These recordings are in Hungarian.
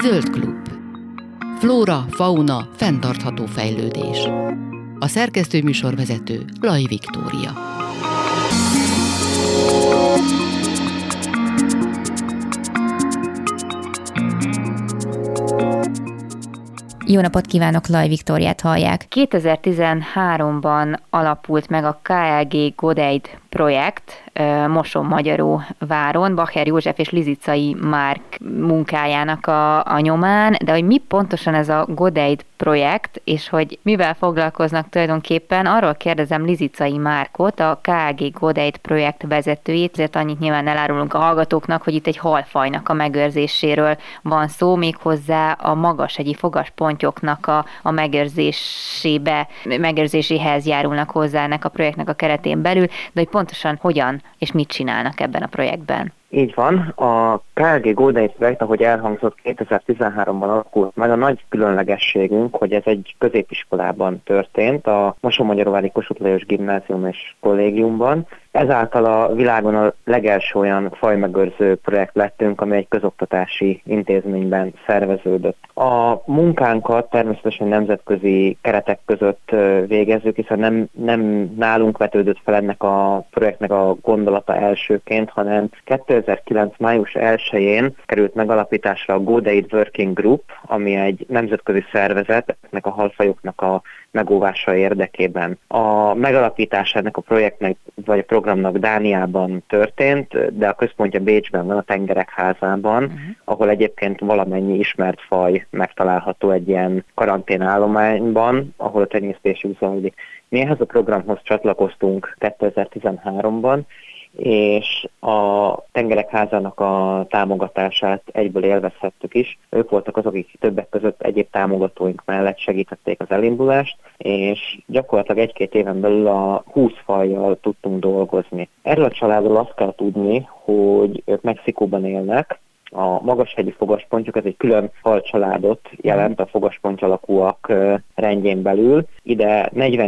Zöld klub. Flóra, fauna, fenntartható fejlődés. A szerkesztőműsorvezető Laj Viktória. Jó napot kívánok, Laj Viktóriát hallják. 2013-ban alapult meg a KLG Godeid projekt Mosonmagyaróváron, Bacher József és Lizicai Márk munkájának a nyomán, de hogy mi pontosan ez a Godeid projekt, és hogy mivel foglalkoznak tulajdonképpen, arról kérdezem Lizicai Márkot, a KLG Godeid projekt vezetőjét, ezért annyit nyilván elárulunk a hallgatóknak, hogy itt egy halfajnak a megőrzéséről van szó, méghozzá a magashegyi fogaspontyoknak a megőrzéséhez járulnak hozzá ennek a projektnek a keretén belül, de hogy pontosan hogyan és mit csinálnak ebben a projektben. Így van, a KLG Godeid projekt, ahogy elhangzott, 2013-ban alakult meg. A nagy különlegességünk, hogy ez egy középiskolában történt, a Mosonmagyaróvári Kossuth Lajos Gimnázium és Kollégiumban. Ezáltal a világon a legelső olyan fajmegőrző projekt lettünk, ami egy közoktatási intézményben szerveződött. A munkánkat természetesen nemzetközi keretek között végezzük, hiszen nem nálunk vetődött fel ennek a projektnek a gondolata elsőként, hanem 2009. május 1-én került megalapításra a Godeid Working Group, ami egy nemzetközi szervezet ennek a halfajoknak a megóvása érdekében. A megalapítás ennek a projektnek vagy a programnak Dániában történt, de a központja Bécsben van, a Tengerek házában, ahol egyébként valamennyi ismert faj megtalálható egy ilyen karanténállományban, ahol a tenyésztés zajlik. Mi ehhez a programhoz csatlakoztunk 2013-ban, és a Tengerek házának a támogatását egyből élvezhettük is. Ők voltak azok, akik többek között egyéb támogatóink mellett segítették az elindulást, és gyakorlatilag 1-2 éven belül a 20 fajjal tudtunk dolgozni. Erről a családról azt kell tudni, hogy ők Mexikóban élnek. A magashegyi fogaspontyok, ez egy külön falcsaládot jelent a fogasponty alakúak rendjén belül. Ide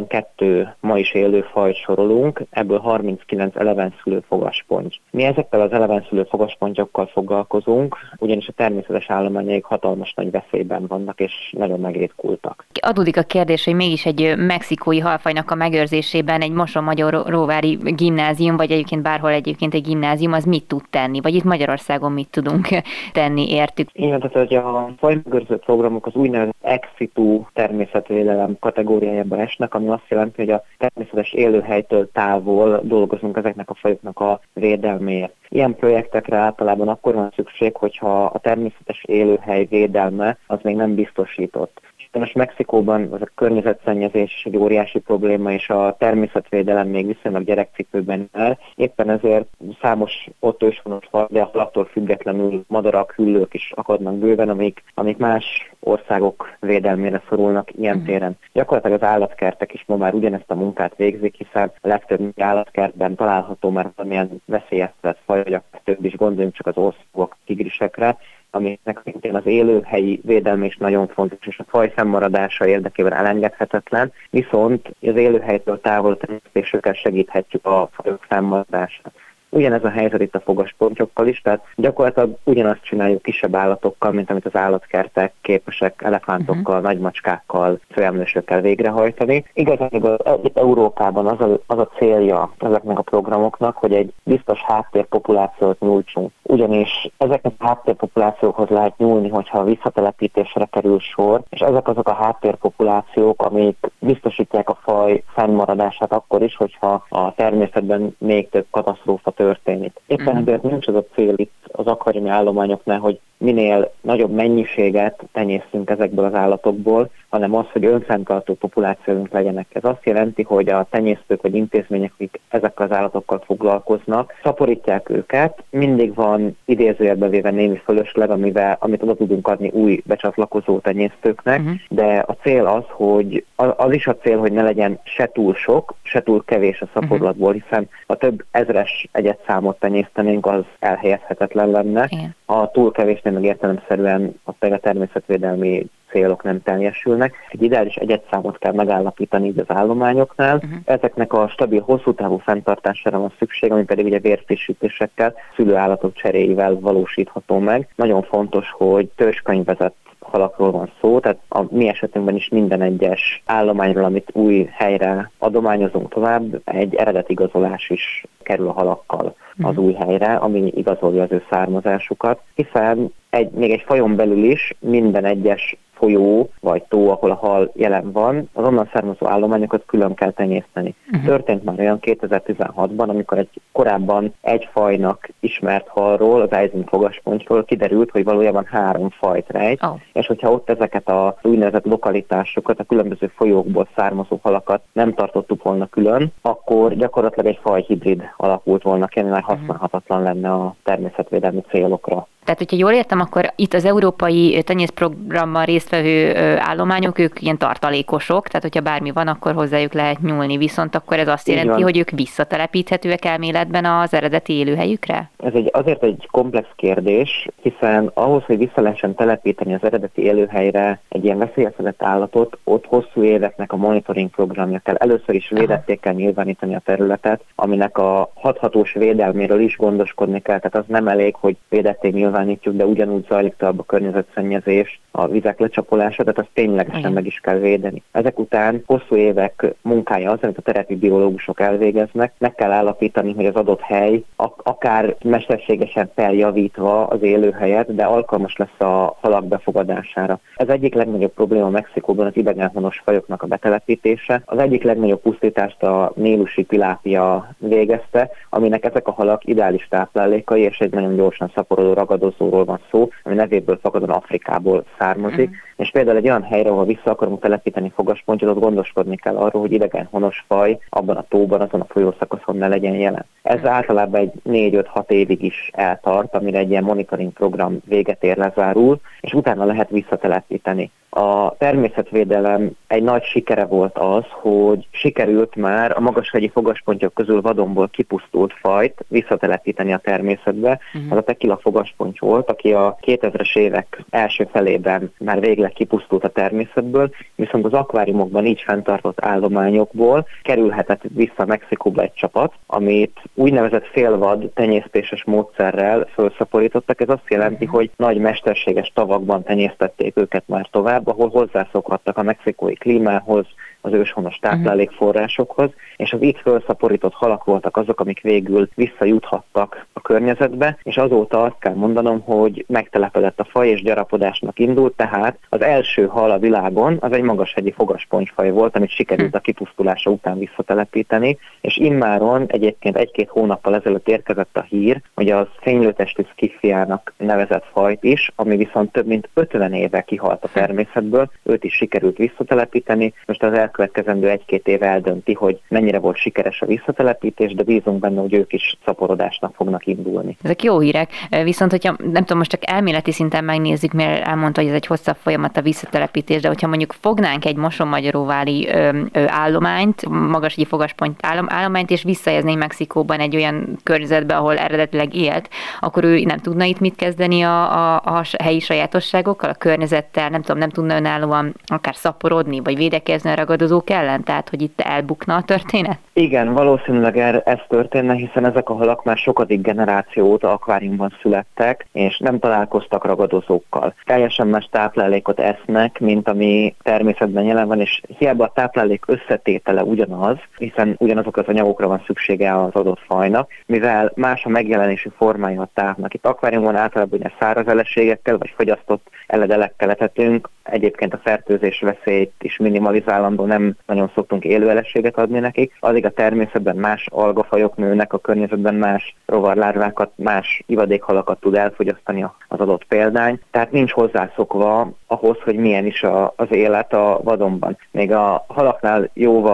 42 ma is élő fajt sorolunk, ebből 39 elevenszülő fogasponty. Mi ezekkel az elevenszülő fogaspontyokkal foglalkozunk, ugyanis a természetes állományaik hatalmas nagy veszélyben vannak, és nagyon megritkultak. Adódik a kérdés, hogy mégis egy mexikói halfajnak a megőrzésében egy Mosonmagyaróvári gimnázium, vagy egyébként bárhol egyébként egy gimnázium, az mit tud tenni? Vagy itt Magyarországon mit tudunk tenni értük? Igen, tehát hogy a fajmegőrző programok az úgynevezett ex situ természetvédelem kategóriájába esnek, ami azt jelenti, hogy a természetes élőhelytől távol dolgozunk ezeknek a fajoknak a védelméért. Ilyen projektekre általában akkor van szükség, hogyha a természetes élőhely védelme az még nem biztosított. Most Mexikóban az a környezetszennyezés egy óriási probléma, és a természetvédelem még viszonylag gyerekcipőben áll. Éppen ezért számos ott őshonos faj, de attól függetlenül madarak, hüllők is akadnak bőven, amik más országok védelmére szorulnak ilyen téren. Gyakorlatilag az állatkertek is ma már ugyanezt a munkát végzik, hiszen a legtöbb állatkertben található már valamilyen veszélyeztetett faj, vagy akár több is, gondoljunk csak az orszúgok, tigrisekre, amiknek szintén az élőhelyi védelme is nagyon fontos, és a faj fennmaradása érdekében elengedhetetlen, viszont az élőhelytől távol tenyésztésükkel segíthetjük a fajok fennmaradását. Ugyanez a helyzet itt a fogaspontyokkal is, tehát gyakorlatilag ugyanazt csináljuk kisebb állatokkal, mint amit az állatkertek képesek elefántokkal, nagymacskákkal, főemlősökkel végrehajtani. Igazából itt Európában az a célja ezeknek a programoknak, hogy egy biztos háttérpopulációt nyújtsunk. Ugyanis ezeknek a háttérpopulációkhoz lehet nyúlni, hogyha visszatelepítésre kerül sor, és ezek azok a háttérpopulációk, amik biztosítják a faj fennmaradását akkor is, hogyha a természetben még több katasztrófa történik. Éppen ezért nincs az a cél itt az akváriumi állományoknál, hogy minél nagyobb mennyiséget tenyésztünk ezekből az állatokból, hanem az, hogy önfenntartó populációink legyenek. Ez azt jelenti, hogy a tenyésztők vagy intézmények, akik ezekkel az állatokkal foglalkoznak, szaporítják őket, mindig van idézőjelben véve némi fölösleg, amit oda tudunk adni új becsatlakozó tenyésztőknek, de a cél az, hogy az is a cél, hogy ne legyen se túl sok, se túl kevés a szaporlatból, hiszen ha több ezres egyedszámot tenyésztenénk, az elhelyezhetetlen lenne. A túl kevésnél meg értelemszerűen a természetvédelmi célok nem teljesülnek. Egy ideális egyedszámot kell megállapítani így az állományoknál. Ezeknek a stabil, hosszú távú fenntartására van szükség, ami pedig ugye vérfrissítésekkel, szülőállatok cseréjével valósítható meg. Nagyon fontos, hogy törzskönyvezett halakról van szó, tehát a mi esetünkben is minden egyes állományról, amit új helyre adományozunk tovább, egy eredetigazolás is kerül a halakkal az új helyre, ami igazolja az ő származásukat, hiszen még egy fajon belül is minden egyes folyó vagy tó, ahol a hal jelen van, az onnan származó állományokat külön kell tenyészteni. Történt már olyan 2016-ban, amikor egy korábban egy fajnak ismert halról, az Eisen fogaspontyról kiderült, hogy valójában 3 fajt rejt, és hogyha ott ezeket az úgynevezett lokalitásokat, a különböző folyókból származó halakat nem tartottuk volna külön, akkor gyakorlatilag egy fajhibrid alakult volna ki, ami már használhatatlan lenne a természetvédelmi célokra. Tehát, hogyha jól értem, akkor itt az európai tenyészprogramban résztvevő állományok, ők ilyen tartalékosok, tehát hogyha bármi van, akkor hozzájuk lehet nyúlni, viszont akkor ez azt jelenti, hogy ők visszatelepíthetőek elméletben az eredeti élőhelyükre? Ez azért egy komplex kérdés, hiszen ahhoz, hogy vissza lehessen telepíteni az eredeti élőhelyre egy ilyen veszélyeztetett állatot, ott hosszú éveknek a monitoring programja kell. Először is védetté kell nyilvánítani a területet, aminek a hathatós védelméről is gondoskodni kell, tehát az nem elég, hogy védetté nyilvánítjuk, de ugyanúgy zajlik tovább a környezetszennyezés, a vizek lecsapolása, tehát azt ténylegesen meg is kell védeni. Ezek után hosszú évek munkája az, amit a terepi biológusok elvégeznek, meg kell állapítani, hogy az adott hely akár mesterségesen feljavítva az élőhelyet, de alkalmas lesz a halak befogadására. Ez egyik legnagyobb probléma Mexikóban az idegenhonos fajoknak a betelepítése. Az egyik legnagyobb pusztítást a nílusi tilápia végezte, aminek ezek a halak ideális táplálékai, és egy nagyon gyorsan szaporodó ragadozóról van szó, ami nevéből fakadóan Afrikából származik, és például egy olyan helyre, ahol vissza akarunk telepíteni fogaspontyot, ott gondoskodni kell arról, hogy idegenhonos faj abban a tóban, azon a folyószakaszon ne legyen jelen. Ez általában egy 4-5-6 évig is eltart, amire egy ilyen monitoring program véget ér, lezárul, és utána lehet visszatelepíteni. A természetvédelem egy nagy sikere volt az, hogy sikerült már a magashegyi fogaspontyok közül vadonból kipusztult fajt visszatelepíteni a természetbe. Az a tequila fogasponty volt, aki a 2000-es évek első felében már végleg kipusztult a természetből, viszont az akváriumokban így fenntartott állományokból kerülhetett vissza Mexikóba egy csapat, amit úgynevezett félvad tenyésztéses módszerrel felszaporítottak. Ez azt jelenti, hogy nagy mesterséges tavakban tenyésztették őket már tovább, ahol hozzászokhattak a mexikói klímához, az őshonos táplálékforrásokhoz, és az itt felszaporított halak voltak azok, amik végül visszajuthattak a környezetbe, és azóta azt kell mondanom, hogy megtelepedett a faj és gyarapodásnak indult, tehát az első hal a világon az egy magashegyi fogaspontyfaj volt, amit sikerült a kipusztulása után visszatelepíteni, és immáron egyébként 1-2 hónappal ezelőtt érkezett a hír, hogy az fénylőtestű szkiffiának nevezett fajt is, ami viszont több mint 50 éve kihalt a természetből, őt is sikerült visszatelepíteni. Most az elkövetkezendő 1-2 év eldönti, hogy mennyire volt sikeres a visszatelepítés, de bízunk benne, hogy ők is szaporodásnak fognak indulni. Ezek jó hírek, viszont hogyha nem tudom, most csak elméleti szinten megnézzük, mert elmondta, hogy ez egy hosszabb folyamat a visszatelepítés, de hogyha mondjuk fognánk egy mosonmagyaróváli állományt, magashegyi fogasponty állományt, és visszajeleznénk Mexikóban egy olyan környezetbe, ahol eredetileg élt, akkor ő nem tudna itt mit kezdeni a helyi sajátosságokkal, a környezettel, nem tudom, nem tudna önállóan akár szaporodni, vagy védekezni a ragadozók ellen, tehát hogy itt elbukna a történet? Igen, valószínűleg ez történne, hiszen ezek a halak már sokadik generáció óta akváriumban születtek, és nem találkoztak ragadozókkal. Teljesen más táplálékot esznek, mint ami természetben jelen van, és hiába a táplálék összetétele ugyanaz, hiszen ugyanazok az anyagokra van szüksége az adott fajnak, mivel más a megjelenési formája a tápnak. Itt akváriumban általában ugye száraz eleségekkel vagy fogyasztott eledelekkel etetünk, egyébként a fertőzés veszélyt is minimalizálandó, nem nagyon szoktunk élő eleséget adni nekik, addig a természetben más algafajok nőnek, a környezetben más rovarlárvákat, más ivadékhalakat tud elfogyasztani az adott példány, tehát nincs hozzászokva ahhoz, hogy milyen is az élet a vadonban. Még a halaknál jóval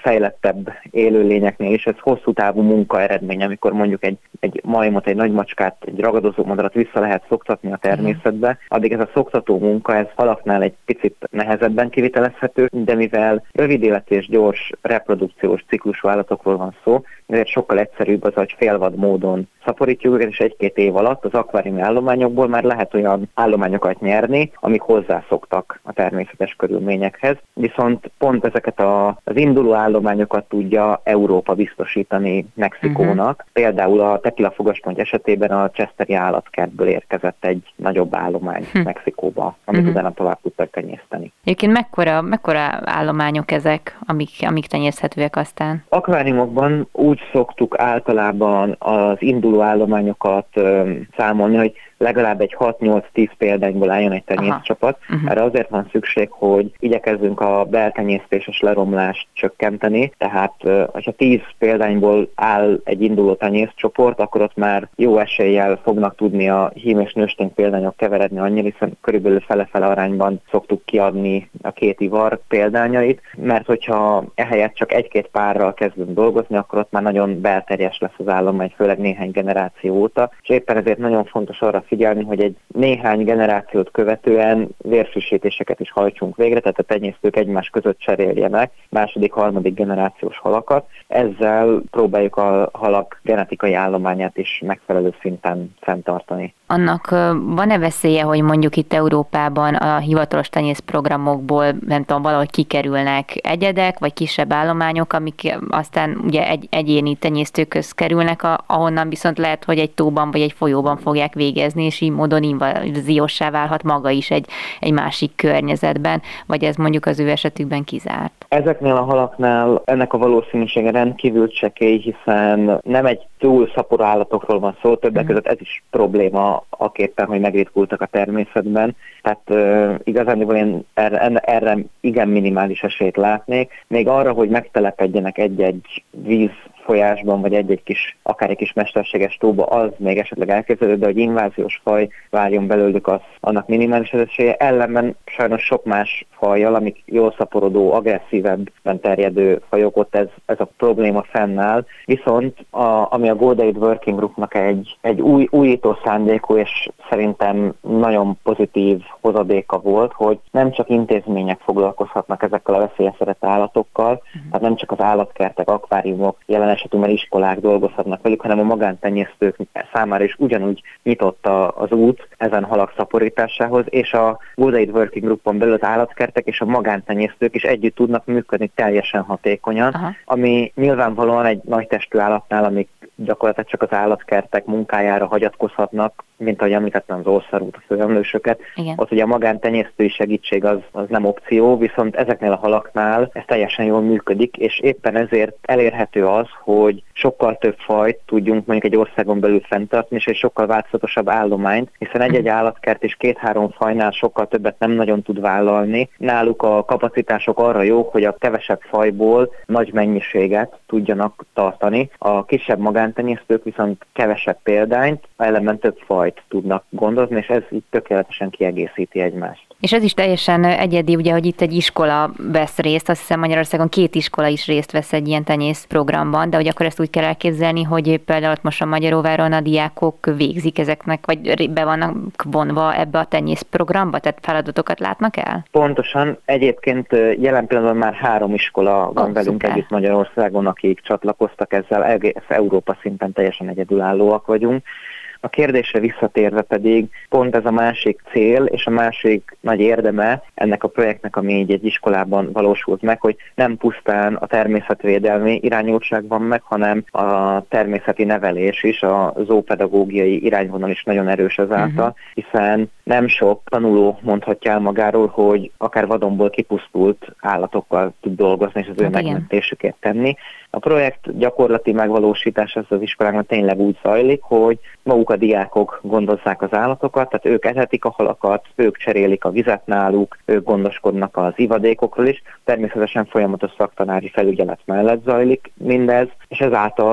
fejlettebb élőlényeknél is ez hosszú távú munka eredmény, amikor mondjuk egy majmot, egy nagy macskát, egy ragadozó madarat vissza lehet szoktatni a természetbe, addig ez a szoktató munka, ez halaknál egy picit nehezebben kivitelezhető, de mivel rövid életű és gyors reprodukciós ciklusú állatokról van szó, ezért sokkal egyszerűbb az, hogy félvad módon szaporítjuk őket, és 1-2 év alatt az akváriumi állományokból már lehet olyan állományokat nyerni, amik hozzászoktak a természetes körülményekhez. Viszont pont ezeket az induló állományokat tudja Európa biztosítani Mexikónak. Például a tequila fogaspont esetében a Chesteri állatkertből érkezett egy nagyobb állomány Mexikóba, amit utána tovább tudtak tenyészteni. Egyébként mekkora állományok ezek, amik tenyészhetőek aztán? Akváriumokban úgy szoktuk általában az induló állományokat számolni, hogy legalább egy 6-8-10 példányból álljon egy tenyészcsapat. Erre azért van szükség, hogy igyekezzünk a beltenyésztéses leromlást csökkenteni, tehát ha 10 példányból áll egy induló tenyészcsoport, akkor ott már jó eséllyel fognak tudni a hím és nőstény példányok keveredni annyira, hiszen körülbelül fele-fele arányban szoktuk kiadni a 2 ivar példányait, mert hogyha ehelyett csak 1-2 párral kezdünk dolgozni, akkor ott már nagyon belterjes lesz az állomány, főleg néhány generáció óta, és éppen ezért nagyon fontos arra figyelni, hogy egy néhány generációt követően vérfrissítéseket is hajtsunk végre, tehát a tenyésztők egymás között cseréljenek második-harmadik generációs halakat. Ezzel próbáljuk a halak genetikai állományát is megfelelő szinten fenntartani. Annak van-e veszélye, hogy mondjuk itt Európában a hivatalos tenyészprogramokból, nem tudom, valahogy kikerülnek egyedek, vagy kisebb állományok, amik aztán ugye egyéni tenyésztőkhöz kerülnek, ahonnan viszont lehet, hogy egy tóban vagy egy folyóban fogják végezni, és így módon invazióssá válhat maga is egy másik környezetben, vagy ez mondjuk az ő esetükben kizárt? Ezeknél a halaknál ennek a valószínűsége rendkívül csekély, hiszen nem egy túl szaporú állatokról van szó, többek között ez is probléma aképpen, hogy megritkultak a természetben. Tehát igazándiból én erre igen minimális esélyt látnék. Még arra, hogy megtelepedjenek egy-egy vízfolyásban, vagy egy-egy kis, akár egy kis mesterséges tóba, az még esetleg elképzelhető, de hogy inváziós faj várjon belőlük, az annak minimális az esélye. Ellenben sajnos sok más fajjal, amik jól szaporodó, agresszívebben terjedő fajok, ott ez a probléma fennáll. Viszont ami a Gold Aid Working Groupnak egy újító szándékú és szerintem nagyon pozitív hozadéka volt, hogy nem csak intézmények foglalkozhatnak ezekkel a veszélyeztetett állatokkal, tehát nem csak az állatkertek, akváriumok, jelen esetünkben iskolák dolgozhatnak velük, hanem a magántenyésztők számára is ugyanúgy nyitott az út ezen halak szaporításához, és a Gold Aid Working Groupon belül az állatkertek és a magántenyésztők is együtt tudnak működni teljesen hatékonyan, ami nyilvánvalóan egy nagy testű állatnál, amik gyakorlatilag csak az állatkertek munkájára hagyatkozhatnak, mint ahogy említettem az orszarút, a főemlősöket. Ott ugye a magántenyésztői segítség az nem opció, viszont ezeknél a halaknál ez teljesen jól működik, és éppen ezért elérhető az, hogy sokkal több fajt tudjunk mondjuk egy országon belül fenntartani, és egy sokkal változatosabb állományt, hiszen egy-egy állatkert és 2-3 fajnál sokkal többet nem nagyon tud vállalni. Náluk a kapacitások arra jók, hogy a kevesebb fajból nagy mennyiséget tudjanak tartani. A kisebb magántenyésztők viszont kevesebb példányt, ellenben több fajt tudnak gondozni, és ez így tökéletesen kiegészíti egymást. És ez is teljesen egyedi, ugye, hogy itt egy iskola vesz részt, azt hiszem Magyarországon 2 iskola is részt vesz egy ilyen tenyész programban, de hogy akkor ezt úgy kell elképzelni, hogy például most a Magyaróváron a diákok végzik ezeknek, vagy be vannak vonva ebbe a tenyész programba, tehát feladatokat látnak el? Pontosan. Egyébként jelen pillanatban már 3 iskola van velünk együtt Magyarországon, akik csatlakoztak ezzel, egész Európa szinten teljesen egyedülállóak vagyunk. A kérdésre visszatérve pedig pont ez a másik cél és a másik nagy érdeme ennek a projektnek, ami így egy iskolában valósult meg, hogy nem pusztán a természetvédelmi irányultság van meg, hanem a természeti nevelés is, a zoopedagógiai irányvonal is nagyon erős ezáltal, hiszen nem sok tanuló mondhatja el magáról, hogy akár vadonból kipusztult állatokkal tud dolgozni és az ő megmentésükért tenni. A projekt gyakorlati megvalósítása az iskolákban tényleg úgy zajlik, hogy maguk a diákok gondozzák az állatokat, tehát ők etetik a halakat, ők cserélik a vizet náluk, ők gondoskodnak az ivadékokról is. Természetesen folyamatos szaktanári felügyelet mellett zajlik mindez, és ezáltal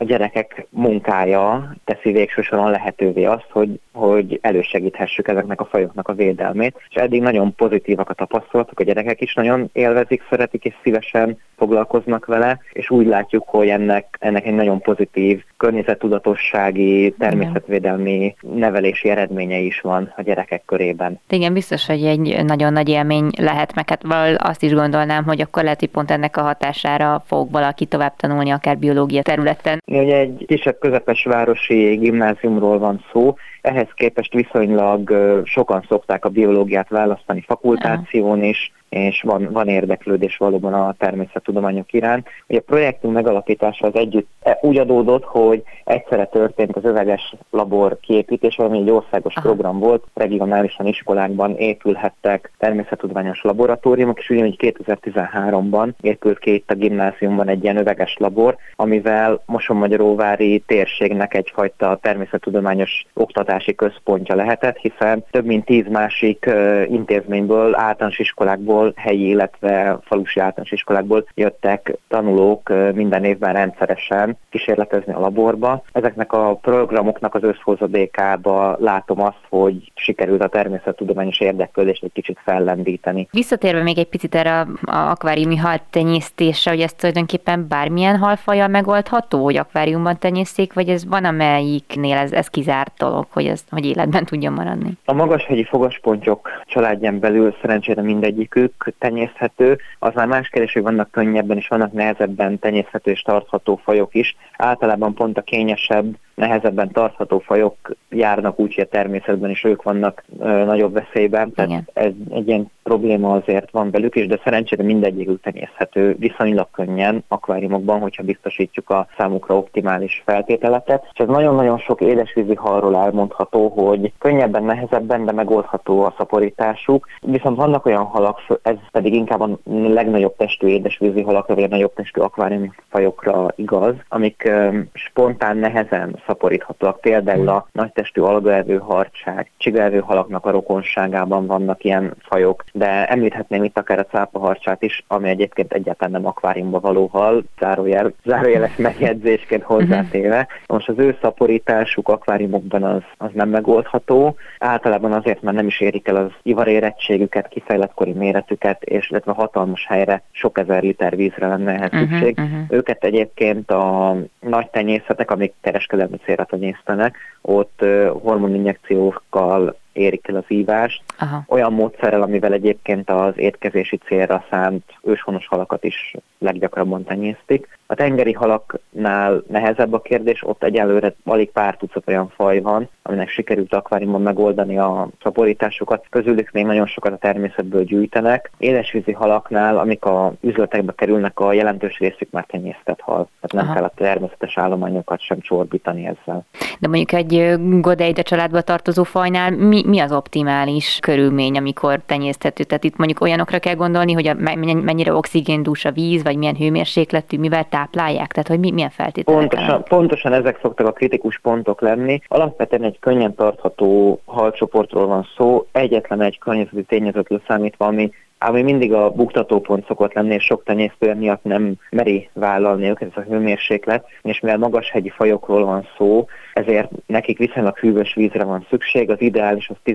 a gyerekek munkája teszi végső soron lehetővé azt, hogy elősegíthessük ezeknek a fajoknak a védelmét. És eddig nagyon pozitívak a tapasztalatok, a gyerekek is nagyon élvezik, szeretik és szívesen foglalkoznak vele, és úgy látjuk, hogy ennek egy nagyon pozitív környezettudatossági, természetvédelmi nevelési eredménye is van a gyerekek körében. Igen, biztos, hogy egy nagyon nagy élmény lehet, meg hát azt is gondolnám, hogy akkor lehet, hogy pont ennek a hatására fog valaki tovább tanulni, akár biológia területen. Ugye egy kisebb közepes városi gimnáziumról van szó, ehhez képest viszonylag sokan szokták a biológiát választani fakultáción is, és van érdeklődés valóban a természettudományok iránt. Ugye a projektünk megalapítása az együtt úgy adódott, hogy egyszerre történt az öveges labor kiépítése, ami egy országos program volt, regionálisan iskolákban épülhettek természettudományos laboratóriumok, és ugyanúgy 2013-ban épült ki itt a gimnáziumban egy ilyen öveges labor, amivel Mosonmagyaróvári térségnek egyfajta természettudományos oktatási központja lehetett, hiszen több mint 10 másik intézményből, általános iskolákból, helyi, illetve falusi általános iskolákból jöttek tanulók minden évben rendszeresen kísérletezni a laborba. Ezeknek a programoknak az összhozadékába látom azt, hogy sikerült a természettudományos érdeklődést egy kicsit fellendíteni. Visszatérve még egy picit erre az akváriumi haltenyésztésre, hogy ez tulajdonképpen bármilyen halfajjal megoldható, hogy akváriumban tenyészték, vagy ez van amelyiknél ez kizárt dolog, hogy életben tudjon maradni? A magashegyi fogaspontyok családján belül szerencsére mindegyikük tenyészthető. Az már más kérdés, hogy vannak könnyebben és vannak nehezebben tenyészthető és tartható fajok is. Általában pont a kényesebb, nehezebben tartható fajok járnak úgy, hogy a természetben is ők vannak nagyobb veszélyben. Tehát ez egy ilyen probléma azért van velük is, de szerencsére mindegyikük tenyészhető viszonylag könnyen akváriumokban, hogyha biztosítjuk a számukra optimális feltételeket. És ez nagyon-nagyon sok édesvízi halról elmondható, hogy könnyebben, nehezebben, de megoldható a szaporításuk. Viszont vannak olyan halak, ez pedig inkább a legnagyobb testű édesvízi halakra, vagy a nagyobb testű akváriumi fajokra igaz, amik spontán nehezen szaporíthatóak. Például a nagytestű algaevő harcság, csigaevő halaknak a rokonságában vannak ilyen fajok, de említhetném itt akár a cápaharcsát is, ami egyébként egyáltalán nem akváriumba való hal, zárójeles megjegyzésként hozzátéve. Most az ő szaporításuk akváriumokban az nem megoldható, általában azért, mert nem is érik el az ivarérettségüket, kifejlettkori méretüket, és illetve hatalmas helyre, sok ezer liter vízre lenne ehhez szükség. Őket egyébként a nagy tenyészetek, amik kereskedelmi célra tenyésztenek, ott hormoninjekciókkal érik el az ívást. Olyan módszerrel, amivel egyébként az étkezési célra szánt őshonos halakat is leggyakrabban tenyésztik. A tengeri halaknál nehezebb a kérdés, ott egyelőre alig pár tucat olyan faj van, aminek sikerült akváriumban megoldani a szaporításukat. Közülük még nagyon sokat a természetből gyűjtenek. Édesvízi halaknál, amik a üzletekbe kerülnek, a jelentős részük már tenyésztett hal. Tehát nem kell a természetes állományokat sem csorbítani ezzel. De mondjuk egy Godeida családba tartozó fajnál mi az optimális körülmény, amikor tenyészthető? Tehát itt mondjuk olyanokra kell gondolni, hogy mennyire oxigéndús a víz, vagy milyen hőmérsékletű, mivel táplálják? Tehát, hogy milyen feltételek? Pontosan ezek szoktak a kritikus pontok lenni. Alapvetően egy könnyen tartható halcsoportról van szó, egyetlen egy környezeti tényezőt leszámítva, ami mindig a buktatópont szokott lenni, és sok tenyésztő miatt nem meri vállalni őket, ez a hőmérséklet, és mivel magashegyi fajokról van szó, ezért nekik viszonylag hűvös vízre van szükség, az ideális az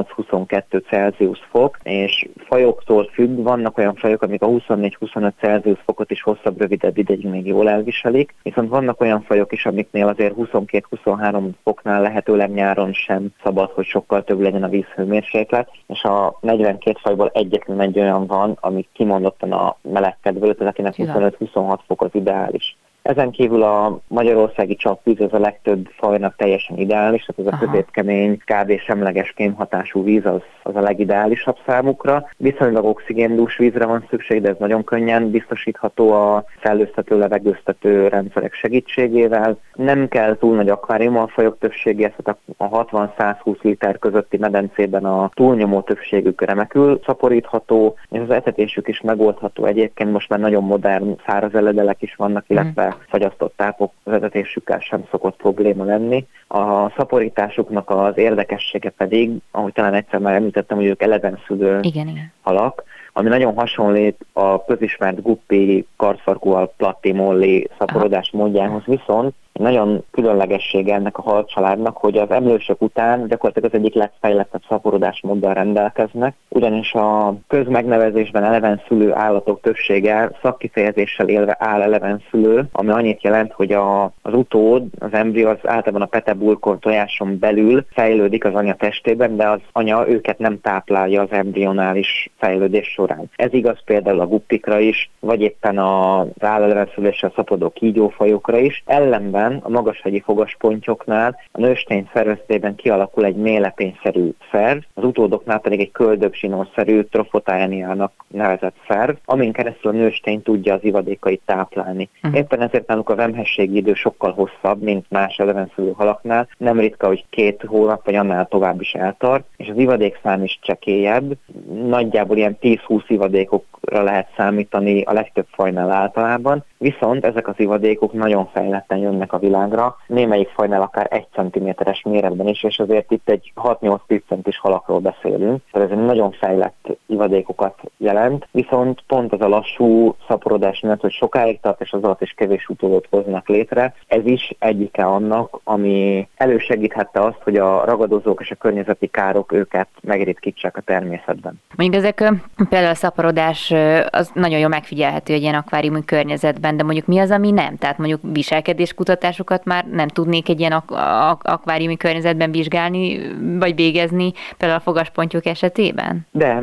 18-22 Celsius fok, és fajoktól függ, vannak olyan fajok, amik a 24-25 Celsius fokot is hosszabb, rövidebb ideig még jól elviselik, viszont vannak olyan fajok is, amiknél azért 22-23 foknál lehetőleg nyáron sem szabad, hogy sokkal több legyen a vízhőmérséklet, és a 42 fajból egyetlen egy olyan van, ami kimondottan a melegkedvelő, tehát akinek 25-26 fok az ideális. Ezen kívül a magyarországi csapvíz az a legtöbb fajnak teljesen ideális, tehát ez a középkemény, kb. Semleges kémhatású víz az a legideálisabb számukra. Viszonylag oxigéndús vízre van szükség, de ez nagyon könnyen biztosítható a szellőztető, levegőztető rendszerek segítségével. Nem kell túl nagy akvárium a fajok többségéhez, tehát a 60-120 liter közötti medencében a túlnyomó többségük remekül szaporítható, és az etetésük is megoldható. Egyébként most már nagyon modern száraz eledelek is vannak, illetve fagyasztott tápok vezetésükkel sem szokott probléma lenni. A szaporításuknak az érdekessége pedig, ahogy talán egyszer már említettem, hogy ők elevenszülő halak, ami nagyon hasonlít a közismert guppi karszarkúval platti molli szaporodás módjához, viszont nagyon különlegessége ennek a halcsaládnak, hogy az emlősök után gyakorlatilag az egyik legfejlettebb szaporodásmóddal rendelkeznek, ugyanis a közmegnevezésben elevenszülő állatok többsége szakkifejezéssel élve áll elevenszülő, ami annyit jelent, hogy az utód, az embrió az általában a petebulkor tojáson belül fejlődik az anya testében, de az anya őket nem táplálja az embrionális fejlődés során. Ez igaz például a guppikra is, vagy éppen az állelevenszüléssel szaporodó kígyófajokra is. Ellenben a magashegyi fogaspontyoknál a nőstény szervezetében kialakul egy mélepényszerű szerv, az utódoknál pedig egy köldökzsinórszerű trofotániának nevezett szerv, amin keresztül a nőstény tudja az ivadékait táplálni. Éppen ezért náluk a vemhességi idő sokkal hosszabb, mint más elevenszülő halaknál. Nem ritka, hogy 2 hónap vagy annál tovább is eltart, és az ivadékszám is csekélyebb. Nagyjából ilyen 10-20 ivadékokra lehet számítani a legtöbb fajnál általában, viszont ezek az ivadékok nagyon fejletten jönnek a világra, némelyik fajnál akár 1 cm-es méretben is, és azért itt egy 6-8-10 centis halakról beszélünk. Tehát ez egy nagyon fejlett ivadékokat jelent, viszont pont az a lassú szaporodás miatt, hogy sokáig tart, és az alatt is kevés utódot hoznak létre, ez is egyike annak, ami elősegíthette azt, hogy a ragadozók és a környezeti károk őket megritkítsák a természetben. Mondjuk ezek például a szaporodás az nagyon jól megfigyelhető egy ilyen akváriumi környezetben, de mondjuk mi az, ami nem? Tehát mondjuk viselkedéskutatásokat már nem tudnék egy ilyen akváriumi környezetben vizsgálni, vagy végezni, például a fogaspontyok esetében? De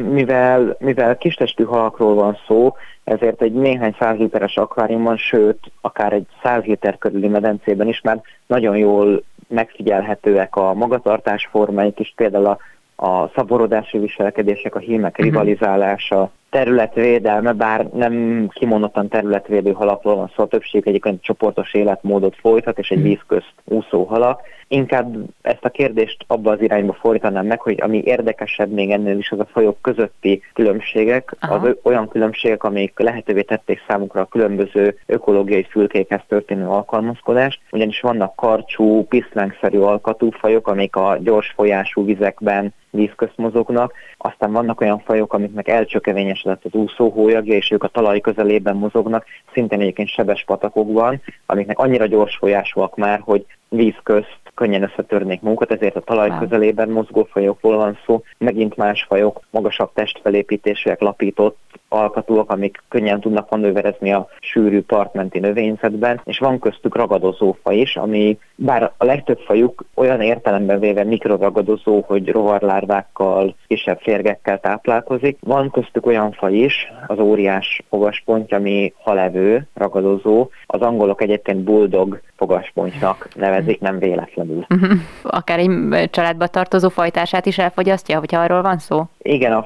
mivel kistestű halakról van szó, ezért egy néhány 100 literes akváriumban, sőt, akár egy 100 liter körüli medencében is már nagyon jól megfigyelhetőek a magatartás formáik is, például a szaporodási viselkedések, a hímek rivalizálása, területvédelme, bár nem kimondottan területvédő halakról van szó, a többség egyébként csoportos életmódot folytat, és egy víz közt úszó halak. Inkább ezt a kérdést abba az irányba fordítanám meg, hogy ami érdekesebb még ennél is, az a fajok közötti különbségek, az olyan különbségek, amik lehetővé tették számukra a különböző ökológiai fülkékhez történő alkalmazkodást, ugyanis vannak karcsú, piszlánkszerű alkatú fajok, amik a gyors folyású vizekben vízközt mozognak, aztán vannak olyan fajok, amiknek elcsökevényesedett az úszóhólyagja, és ők a talaj közelében mozognak, szintén egyébként sebes patakokban, amiknek annyira gyors folyásúak már, hogy víz közt könnyen összetörnék magukat, ezért a talaj közelében mozgó fajokról van szó. Megint más fajok, magasabb testfelépítésűek, lapított alkatúak, amik könnyen tudnak manőverezni a sűrű partmenti növényzetben, és van köztük ragadozó faj is, ami bár a legtöbb fajuk olyan értelemben véve mikroragadozó, hogy rovarlárvákkal, kisebb férgekkel táplálkozik. Van köztük olyan faj is, az óriás fogasponty, ami halevő, ragadozó. Az angolok egyébként bulldog fogaspontynak nevezik, nem véletlenül. Akár egy családba tartozó fajtársát is elfogyasztja, hogyha arról van szó? Igen, a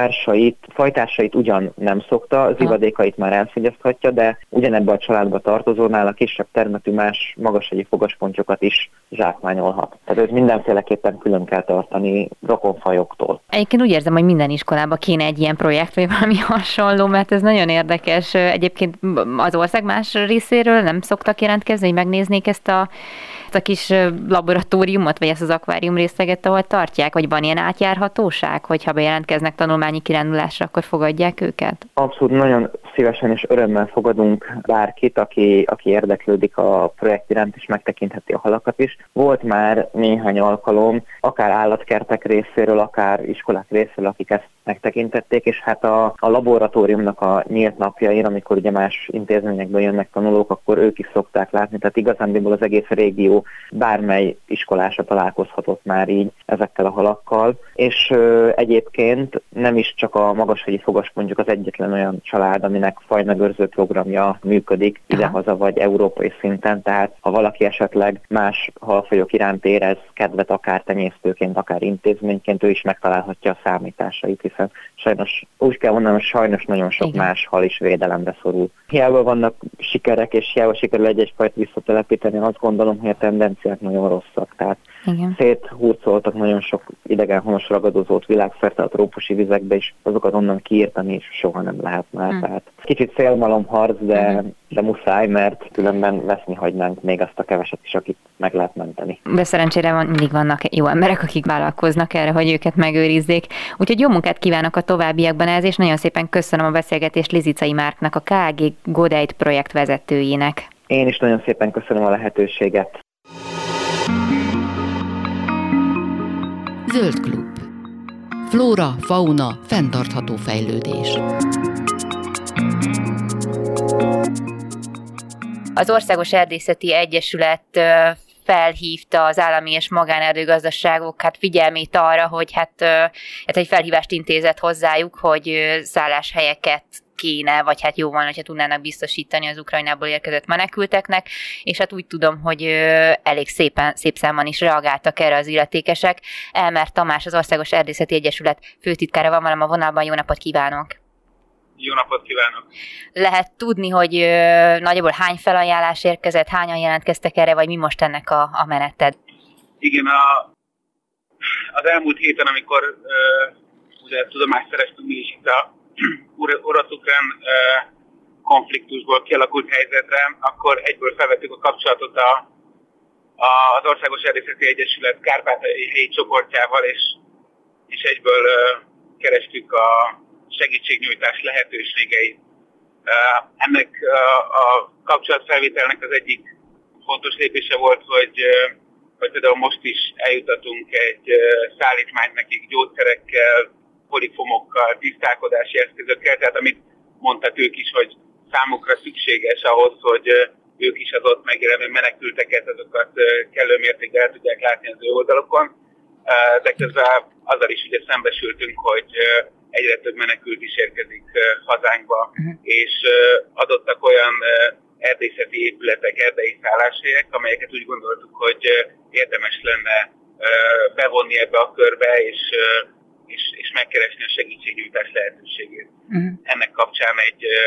fajtársait ugyan nem szokta, az ivadékait már elfogyaszthatja, de ugyanebben a családba tartozónál a kisebb termetű más magashegyi fogaspontyokat is zsákmányolhat. Tehát őt mindenféleképpen külön kell tartani rokonfajoktól. Egyébként úgy érzem, hogy minden iskolában kéne egy ilyen projekt, vagy valami hasonló, mert ez nagyon érdekes. Egyébként az ország más részéről nem szoktak jelentkezni, hogy megnéznék ezt a kis laboratóriumot, vagy ezt az akvárium részleget, ahol tartják, vagy van ilyen átjárhatóság, hogyha bejelentkeznek tanulmányi kirándulásra, akkor fogadják őket? Abszolút, nagyon szívesen és örömmel fogadunk bárkit, aki érdeklődik a projekt iránt, és megtekintheti a halakat is. Volt már néhány alkalom, akár állatkertek részéről, akár iskolák részéről, akik ezt megtekintették, és hát a laboratóriumnak a nyílt napjain, amikor ugye más intézményekből jönnek tanulók, akkor ők is szokták látni, tehát igazándiból az egész régió bármely iskolása találkozhatott már így ezekkel a halakkal, és egyébként nem is csak a magashegyi fogaspontjuk az egyetlen olyan család, aminek fajmegőrző programja működik idehaza vagy európai szinten, tehát ha valaki esetleg más halfajok iránt érez kedvet, akár tenyésztőként, akár intézményként, ő is megtalálhatja a számításait, hiszen sajnos, úgy kell mondanom, hogy sajnos nagyon sok más hal is védelemre szorul. Hiába vannak sikerek, és hiába sikerül egy-egy fajt visszatelepíteni, azt gondolom, hogy a tendenciák nagyon rosszak. Tehát Igen. Széthurcoltak nagyon sok idegenhonos ragadozót világszerte a trópusi vizekbe, és azokat onnan kiírtani is soha nem lehet már. Tehát kicsit szélmalomharc, de muszáj, mert különben veszni hagynánk még azt a keveset is, akit meg lehet menteni. De szerencsére mindig vannak jó emberek, akik vállalkoznak erre, hogy őket megőrizzék. Úgyhogy jó munkát kívánok a továbbiakban ez, és nagyon szépen köszönöm a beszélgetést Lizicai Márknak, a KG Godaid projekt vezetőjének. Én is nagyon szépen köszönöm a lehetőséget. Zöld klub. Flóra, fauna, fenntartható fejlődés. Az Országos Erdészeti Egyesület felhívta az állami és magánerdőgazdaságok figyelmét arra, hogy egy felhívást intézett hozzájuk, hogy szálláshelyeket kéne, vagy jó van, hogyha tudnának biztosítani az Ukrajnából érkezett menekülteknek, és úgy tudom, hogy elég szép számban is reagáltak erre az illetékesek. Elmer Tamás, az Országos Erdészeti Egyesület főtitkára van velem a vonalban, jó napot kívánok! Jó napot kívánok! Lehet tudni, hogy nagyjából hány felajánlás érkezett, hányan jelentkeztek erre, vagy mi most ennek a meneted? Igen, az elmúlt héten, amikor ugye tudomást szereztünk mi is itt a orosz-ukrán konfliktusból kialakult helyzetre, akkor egyből felvettük a kapcsolatot az Országos Erdészeti Egyesület kárpátaljai helyi csoportjával, és egyből kerestük a segítségnyújtás lehetőségeit. Ennek a kapcsolatfelvételnek az egyik fontos lépése volt, hogy például most is eljutatunk egy szállítmányt nekik gyógyszerekkel, polifomokkal, tisztálkodási eszközökkel, tehát amit mondtak ők is, hogy számukra szükséges ahhoz, hogy ők is az ott megjelenő menekülteket, azokat kellő mértékben el tudják látni az ő oldalokon. De közben azzal is ugye szembesültünk, hogy egyre több menekült is érkezik hazánkba, és adottak olyan erdészeti épületek, erdei szálláshelyek, amelyeket úgy gondoltuk, hogy érdemes lenne bevonni ebbe a körbe, és megkeresni a segítségnyújtás lehetőségét. Ennek kapcsán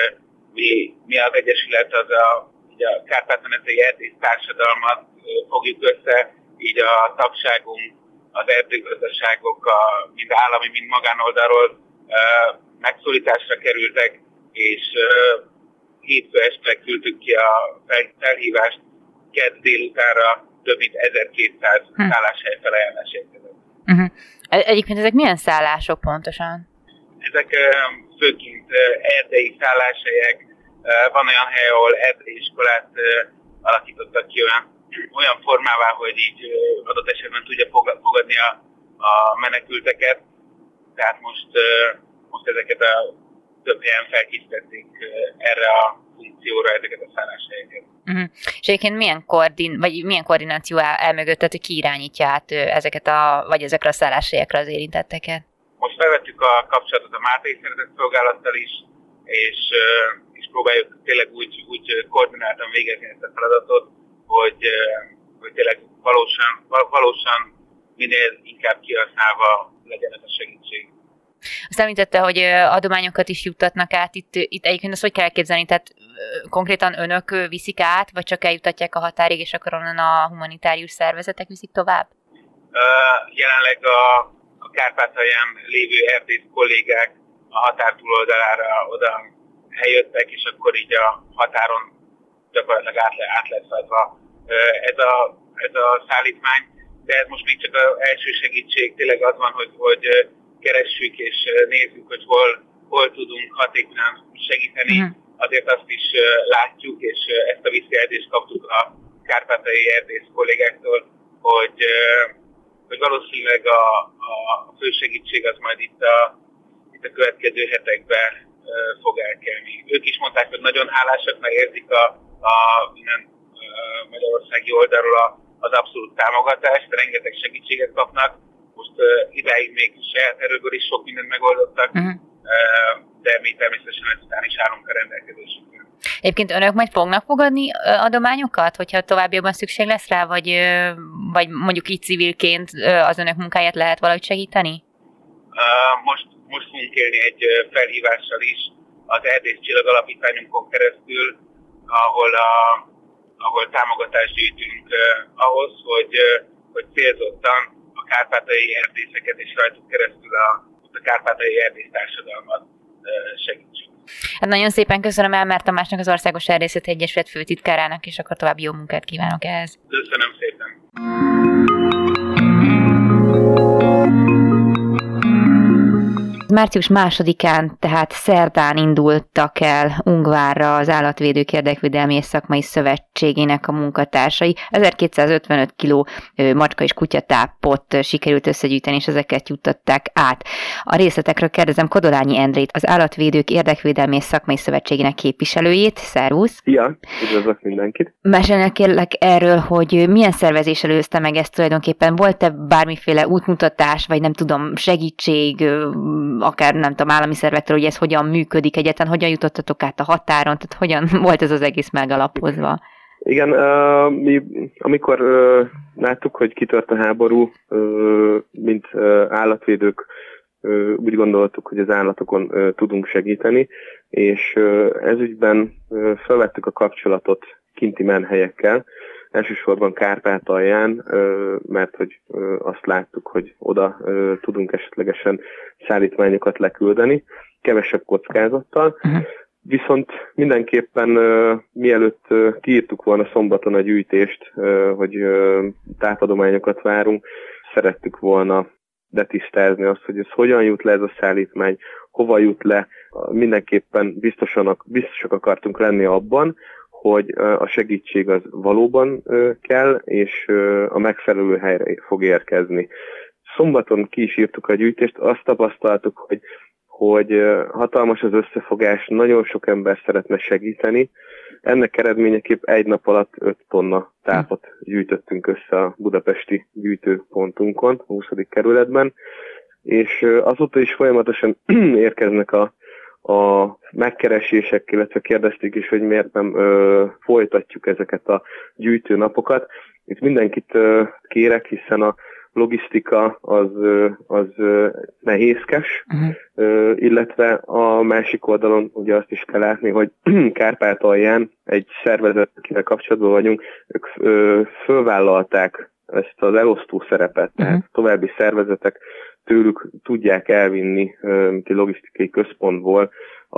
mi az Egyesület, az a Kárpát-medencei erdész társadalmat fogjuk össze, így a tagságunk, az erdőgazdaságok, mind állami, mind magánoldalról megszólításra kerültek, és hétfő este küldtük ki a felhívást, kedd délutánra több mint 1200 szálláshely felajánlás érkezett. Egyébként ezek milyen szállások pontosan? Ezek főként erdei szálláshelyek, van olyan hely, ahol erdei iskolát alakítottak ki olyan formává, hogy így adott esetben tudja fogadni a menekülteket. Tehát most ezeket a több helyen felkészítették erre a funkcióra, ezeket a szálláshelyeket. És egyébként milyen koordináció áll mögött, tehát hogy ki irányítja át ezekre a szálláshelyekre az érintetteket? Most felvettük a kapcsolatot a Máltai Szeretett Szolgálattal is, és próbáljuk tényleg úgy koordináltan végezni ezt a feladatot, hogy tényleg valósan minél inkább kihasználva legyen ez a segítség. Azt említette, hogy adományokat is juttatnak át. Itt egyébként azt hogy kell elképzelni? Tehát konkrétan önök viszik át, vagy csak eljutatják a határig, és akkor onnan a humanitárius szervezetek viszik tovább? Jelenleg a Kárpátalján lévő erdész kollégák a határ túloldalára oda eljöttek, és akkor így a határon gyakorlatilag át lesz adva ez a szállítmány. De ez most még csak az első segítség, tényleg az van, hogy keressük és nézzük, hogy hol tudunk hatékonyan segíteni. Azért azt is látjuk, és ezt a visszajelzést kaptuk a kárpátaljai erdész kollégáktól, hogy valószínűleg a fő segítség az majd itt a következő hetekben fog elkelni. Ők is mondták, hogy nagyon hálásak, mert érzik a magyarországi oldalról az abszolút támogatást, rengeteg segítséget kapnak. Most idáig még saját erőből is sok mindent megoldottak, de mi természetesen ezután is állunk a rendelkezésünkre. Egyébként önök majd fognak fogadni adományokat, hogyha továbbiakban szükség lesz rá, vagy mondjuk így civilként az önök munkáját lehet valahogy segíteni? Most fogunk élni egy felhívással is az Erdész Csillag Alapítványunkon keresztül, ahol támogatást gyűjtünk ahhoz, hogy hogy célzottan a kárpátaljai erdészeket és rajtuk keresztül a kárpátaljai erdésztársadalmat segítsük. Hát nagyon szépen köszönöm Elmár Tamásnak, az Országos Erdészeti Egyesület főtitkárának, és akkor további jó munkát kívánok ehhez. Köszönöm szépen! Március 2-án, tehát szerdán indultak el Ungvárra az Állatvédők Érdekvédelmi és Szakmai Szövetségének a munkatársai. 1255 kg macska és kutyatápot sikerült összegyűjteni, és ezeket juttatták át. A részletekről kérdezem Kodolányi Endrét, az Állatvédők Érdekvédelmi és Szakmai Szövetségének képviselőjét. Szervusz! Szia! Üdvözlök mindenkit! Mesélnek kérlek erről, hogy milyen szervezés előzte meg ezt tulajdonképpen? Volt-e bármiféle útmutatás, vagy nem tudom, segítség, akár nem tudom, állami szervektől, hogy ez hogyan működik egyáltalán, hogyan jutottatok át a határon, tehát hogyan volt ez az egész megalapozva? Igen, mi amikor láttuk, hogy kitört a háború, mint állatvédők úgy gondoltuk, hogy az állatokon tudunk segíteni, és ezügyben felvettük a kapcsolatot kinti menhelyekkel, elsősorban Kárpátalján, mert hogy azt láttuk, hogy oda tudunk esetlegesen szállítmányokat leküldeni, kevesebb kockázattal. Viszont mindenképpen mielőtt kiírtuk volna szombaton a gyűjtést, hogy tápadományokat várunk, szerettük volna letisztázni azt, hogy ez hogyan jut le ez a szállítmány, hova jut le. Mindenképpen biztosak akartunk lenni abban, hogy a segítség az valóban kell, és a megfelelő helyre fog érkezni. Szombaton ki is írtuk a gyűjtést, azt tapasztaltuk, hogy hatalmas az összefogás, nagyon sok ember szeretne segíteni. Ennek eredményeképp egy nap alatt 5 tonna tápot gyűjtöttünk össze a budapesti gyűjtőpontunkon, a 20. kerületben, és azóta is folyamatosan érkeznek a megkeresések, illetve kérdezték is, hogy miért nem folytatjuk ezeket a gyűjtőnapokat. Itt mindenkit kérek, hiszen a logisztika az nehézkes, illetve a másik oldalon ugye azt is kell látni, hogy Kárpátalján egy szervezet, akivel kapcsolatban vagyunk, ők fölvállalták ezt az elosztó szerepet, tehát további szervezetek tőlük tudják elvinni mint egy logisztikai központból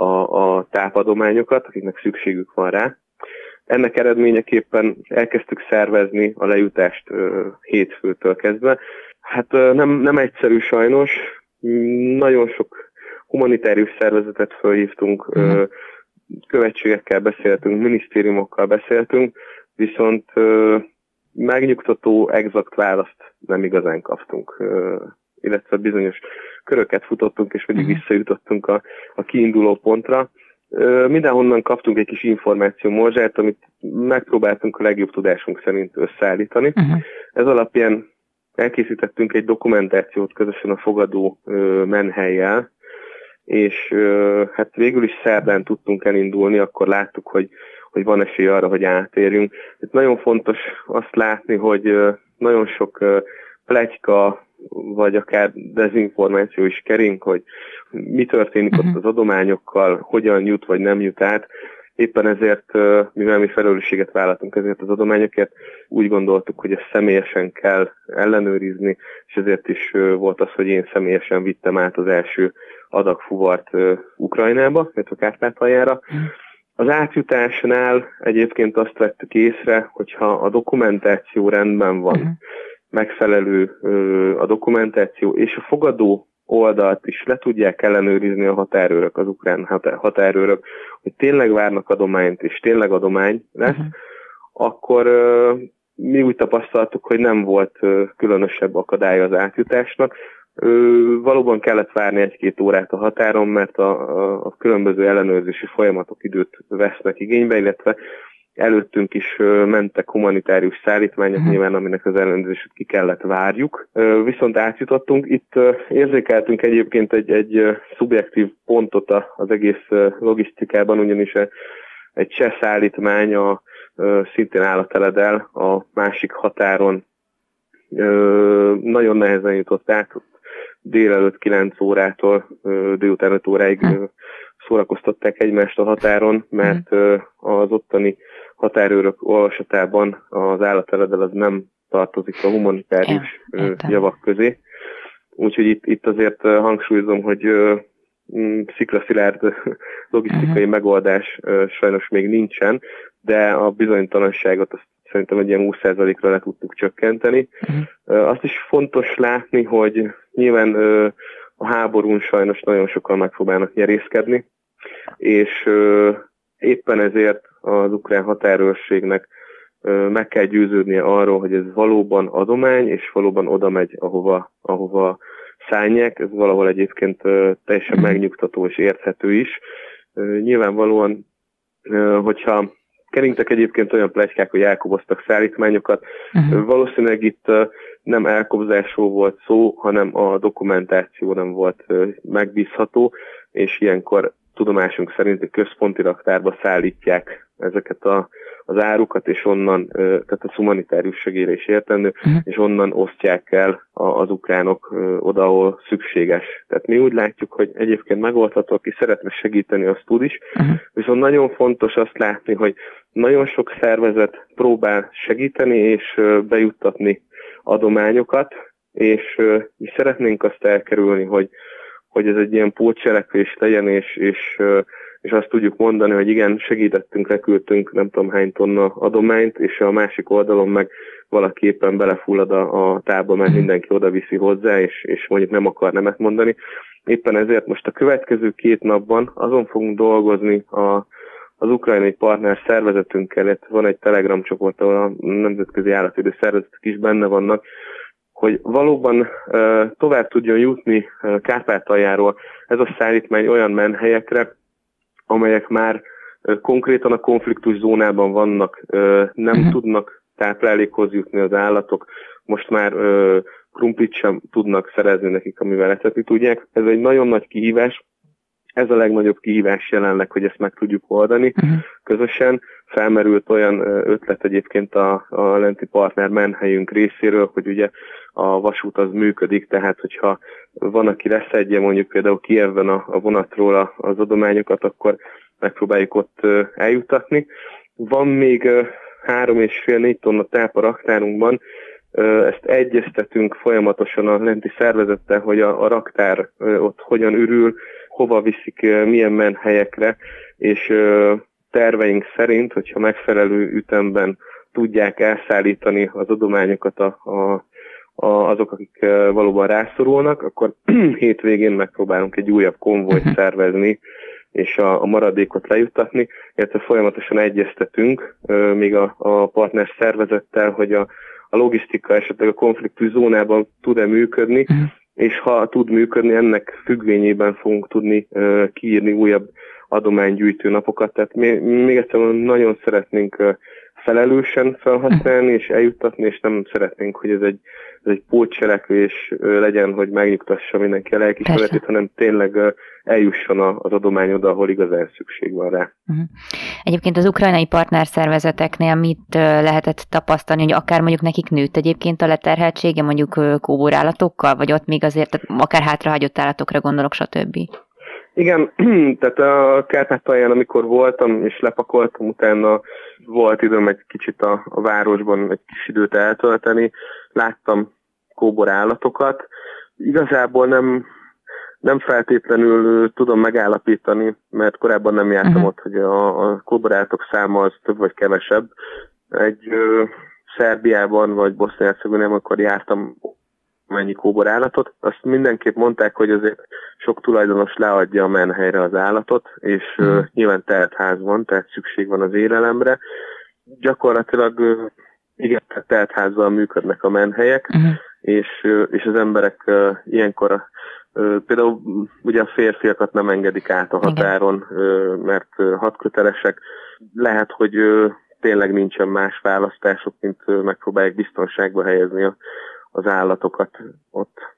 a tápadományokat, akiknek szükségük van rá. Ennek eredményeképpen elkezdtük szervezni a lejutást hétfőtől kezdve. Hát nem egyszerű sajnos, nagyon sok humanitárius szervezetet felhívtunk, követségekkel beszéltünk, minisztériumokkal beszéltünk, viszont megnyugtató, exakt választ nem igazán kaptunk, illetve bizonyos köröket futottunk, és mindig visszajutottunk a kiinduló pontra. Mindenhonnan kaptunk egy kis információmorzsát, amit megpróbáltunk a legjobb tudásunk szerint összeállítani. Ez alapján elkészítettünk egy dokumentációt közösen a fogadó menhellyel, és hát végül is szerdán tudtunk elindulni, akkor láttuk, hogy van esély arra, hogy átérjünk. Itt nagyon fontos azt látni, hogy nagyon sok pletyka, vagy akár dezinformáció is kering, hogy mi történik ott az adományokkal, hogyan jut vagy nem jut át. Éppen ezért, mivel mi felelősséget vállaltunk ezért az adományokért, úgy gondoltuk, hogy ezt személyesen kell ellenőrizni, és ezért is volt az, hogy én személyesen vittem át az első adag fuvart Ukrajnába, illetve Kárpátaljára. Az átjutásnál egyébként azt vettük észre, hogyha a dokumentáció rendben van, megfelelő a dokumentáció, és a fogadó oldalt is le tudják ellenőrizni a határőrök, az ukrán határőrök, hogy tényleg várnak adományt, és tényleg adomány lesz, akkor mi úgy tapasztaltuk, hogy nem volt különösebb akadálya az átjutásnak. Valóban kellett várni 1-2 órát a határon, mert a különböző ellenőrzési folyamatok időt vesznek igénybe, illetve előttünk is mentek humanitárius szállítmányok, nyilván aminek az ellenőrzését ki kellett várjuk. Viszont átjutottunk. Itt érzékeltünk egyébként egy szubjektív pontot az egész logisztikában, ugyanis egy cseh szállítmány szintén állateledel a másik határon nagyon nehezen jutott át. Délelőtt 9 órától délután 5 óráig szórakoztatták egymást a határon, mert az ottani határőrök olvasatában az állateledel az nem tartozik a humanitárius javak közé. Úgyhogy itt azért hangsúlyozom, hogy sziklaszilárd logisztikai megoldás sajnos még nincsen, de a bizonytalanságot azt szerintem egy ilyen 20%-ra le tudtuk csökkenteni. Azt is fontos látni, hogy nyilván a háborún sajnos nagyon sokan megpróbálnak nyerészkedni, és éppen ezért az ukrán határőrségnek meg kell győződnie arról, hogy ez valóban adomány, és valóban oda megy, ahova szállják. Ez valahol egyébként teljesen megnyugtató és érthető is. Nyilvánvalóan, hogyha keringtek egyébként olyan pletykák, hogy elkoboztak szállítmányokat, valószínűleg itt nem elkobzásról volt szó, hanem a dokumentáció nem volt megbízható, és ilyenkor tudomásunk szerint a központi raktárba szállítják ezeket az árukat, és onnan, tehát a humanitárius segélyre is értendő, és onnan osztják el az ukránok oda, ahol szükséges. Tehát mi úgy látjuk, hogy egyébként megoldható, aki szeretne segíteni, azt tud is, viszont nagyon fontos azt látni, hogy nagyon sok szervezet próbál segíteni és bejuttatni adományokat, és mi szeretnénk azt elkerülni, hogy ez egy ilyen pótcselekvés legyen, és azt tudjuk mondani, hogy igen, segítettünk, leküldtünk nem tudom hány tonna adományt, és a másik oldalon meg valaki éppen belefullad a tálba, mert mindenki oda viszi hozzá, és mondjuk nem akar nemet mondani. Éppen ezért most a következő 2 napban azon fogunk dolgozni az ukrajnai partner szervezetünkkel, illetve van egy Telegram csoport, ahol a nemzetközi állatvédő szervezetek is benne vannak, hogy valóban tovább tudjon jutni Kárpátaljáról ez a szállítmány olyan menhelyekre, amelyek már konkrétan a konfliktus zónában vannak, nem tudnak táplálékhoz jutni az állatok, most már krumplit sem tudnak szerezni nekik, amivel etetni tudják. Ez egy nagyon nagy kihívás, ez a legnagyobb kihívás jelenleg, hogy ezt meg tudjuk oldani közösen. Felmerült olyan ötlet egyébként a lenti partner menhelyünk részéről, hogy ugye a vasút az működik, tehát hogyha van, aki leszedje mondjuk például Kijevben a vonatról az adományokat, akkor megpróbáljuk ott eljutatni. Van még 3,5-4 tonna táp a raktárunkban, ezt egyeztetünk folyamatosan a lenti szervezettel, hogy a raktár ott hogyan ürül, hova viszik, milyen menhelyekre, és terveink szerint, hogyha megfelelő ütemben tudják elszállítani az adományokat azok, akik valóban rászorulnak, akkor hétvégén megpróbálunk egy újabb konvojt szervezni, és a maradékot lejuttatni, illetve folyamatosan egyeztetünk még a partner szervezettel, hogy a logisztika esetleg a konfliktus zónában tud-e működni, és ha tud működni, ennek függvényében fogunk tudni kiírni újabb adománygyűjtő napokat. Tehát még egyszer nagyon szeretnénk felelősen felhasználni és eljuttatni, és nem szeretnénk, hogy ez egy pótcselekvés legyen, hogy megnyugtassa mindenki a lelkiismeretét, hanem tényleg eljusson az adomány oda, ahol igazán szükség van rá. Egyébként az ukrajnai partnerszervezeteknél mit lehetett tapasztalni, hogy akár mondjuk nekik nőtt egyébként a leterheltsége, mondjuk kóborállatokkal, vagy ott még azért akár hátrahagyott állatokra gondolok, stb.? Igen, tehát a Kárpátalján, amikor voltam és lepakoltam, utána volt időm egy kicsit a városban egy kis időt eltölteni, láttam kóborállatokat. Igazából nem feltétlenül tudom megállapítani, mert korábban nem jártam ott, hogy a kóborállatok száma az több vagy kevesebb. Szerbiában vagy Bosznia-Hercegovinában, akkor jártam mennyi kóborállatot. Azt mindenképp mondták, hogy azért sok tulajdonos leadja a menhelyre az állatot, és nyilván telt ház van, tehát szükség van az élelemre. Gyakorlatilag igen, telt házzal működnek a menhelyek, és az emberek ilyenkor például ugye a férfiakat nem engedik át a határon, mert hadkötelesek. Lehet, hogy tényleg nincsen más választások, mint megpróbálják biztonságba helyezni az állatokat ott.